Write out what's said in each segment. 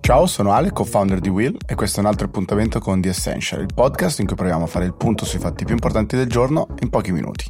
Ciao, sono Ale, co-founder di Will, e questo è un altro appuntamento con The Essential, il podcast in cui proviamo a fare il punto sui fatti più importanti del giorno in pochi minuti.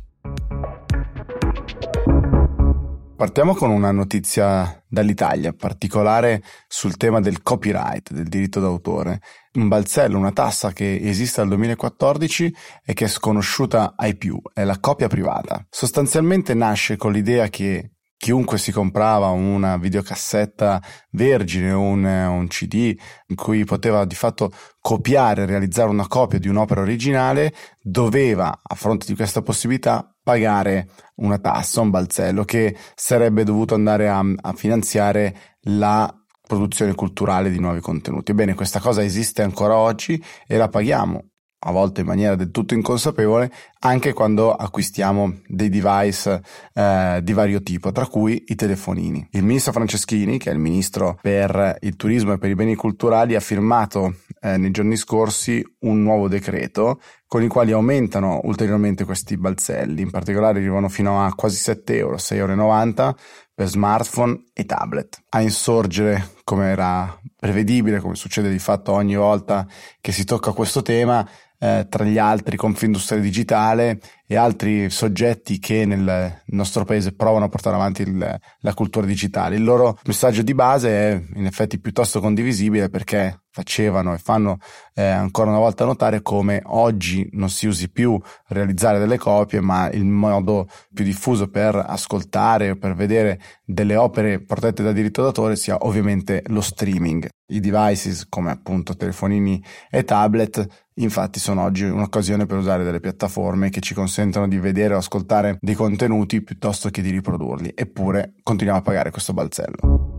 Partiamo con una notizia dall'Italia, particolare sul tema del copyright, del diritto d'autore. Un balzello, una tassa che esiste dal 2014 e che è sconosciuta ai più, è la copia privata. Sostanzialmente nasce con l'idea che chiunque si comprava una videocassetta vergine o un CD in cui poteva di fatto copiare e realizzare una copia di un'opera originale doveva, a fronte di questa possibilità, pagare una tassa, un balzello che sarebbe dovuto andare a finanziare la produzione culturale di nuovi contenuti. Ebbene, questa cosa esiste ancora oggi e la paghiamo, a volte in maniera del tutto inconsapevole, anche quando acquistiamo dei device di vario tipo, tra cui i telefonini. Il ministro Franceschini, che è il ministro per il turismo e per i beni culturali, ha firmato nei giorni scorsi un nuovo decreto con i quali aumentano ulteriormente questi balzelli. In particolare arrivano fino a quasi 7 euro, 6,90 euro per smartphone e tablet. A insorgere, come era prevedibile, come succede di fatto ogni volta che si tocca questo tema, tra gli altri Confindustria Digitale e altri soggetti che nel nostro paese provano a portare avanti la cultura digitale. Il loro messaggio di base è in effetti piuttosto condivisibile, perché facevano e fanno ancora una volta notare come oggi non si usi più realizzare delle copie, ma il modo più diffuso per ascoltare o per vedere delle opere protette da diritto d'autore sia ovviamente lo streaming. I devices come appunto telefonini e tablet infatti sono oggi un'occasione per usare delle piattaforme che ci consentono di vedere o ascoltare dei contenuti piuttosto che di riprodurli, eppure continuiamo a pagare questo balzello.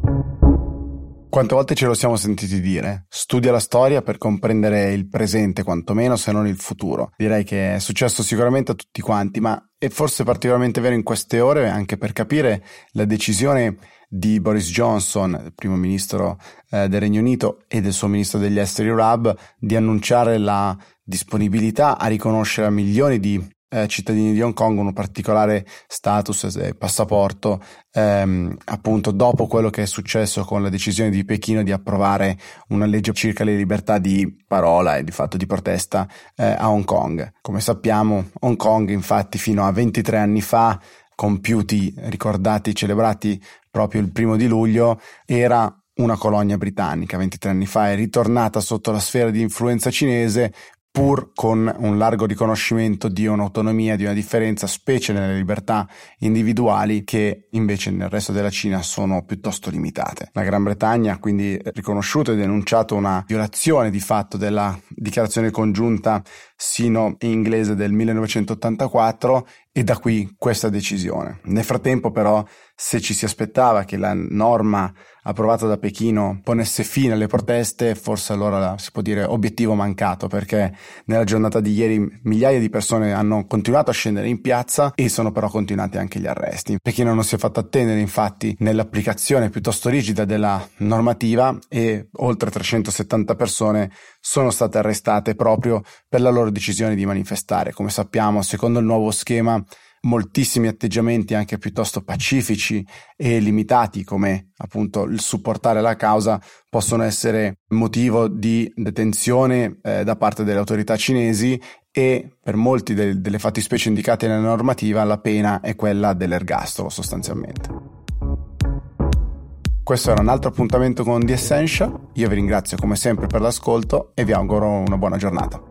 Quante volte ce lo siamo sentiti dire? Studia la storia per comprendere il presente, quantomeno, se non il futuro. Direi che è successo sicuramente a tutti quanti, ma è forse particolarmente vero in queste ore anche per capire la decisione di Boris Johnson, il primo ministro del Regno Unito, e del suo ministro degli esteri Rudd, di annunciare la disponibilità a riconoscere a milioni di cittadini di Hong Kong un particolare status e passaporto, appunto dopo quello che è successo con la decisione di Pechino di approvare una legge circa le libertà di parola e di fatto di protesta a Hong Kong. Come sappiamo, Hong Kong infatti fino a 23 anni fa, compiuti, ricordati, celebrati proprio il 1 luglio, era una colonia britannica. 23 anni fa è ritornata sotto la sfera di influenza cinese, pur con un largo riconoscimento di un'autonomia, di una differenza, specie nelle libertà individuali, che invece nel resto della Cina sono piuttosto limitate. La Gran Bretagna ha quindi riconosciuto e denunciato una violazione di fatto della dichiarazione congiunta sino-inglese del 1984, e da qui questa decisione. Nel frattempo però, se ci si aspettava che la norma approvata da Pechino ponesse fine alle proteste, forse allora si può dire obiettivo mancato, perché nella giornata di ieri migliaia di persone hanno continuato a scendere in piazza e sono però continuati anche gli arresti. Pechino non si è fatto attendere infatti nell'applicazione piuttosto rigida della normativa, e oltre 370 persone sono state arrestate proprio per la loro decisione di manifestare. Come sappiamo, secondo il nuovo schema, moltissimi atteggiamenti anche piuttosto pacifici e limitati, come appunto il supportare la causa, possono essere motivo di detenzione da parte delle autorità cinesi, e per molti delle fattispecie indicate nella normativa la pena è quella dell'ergastolo sostanzialmente. Questo era un altro appuntamento con The Essential. Io vi ringrazio come sempre per l'ascolto e vi auguro una buona giornata.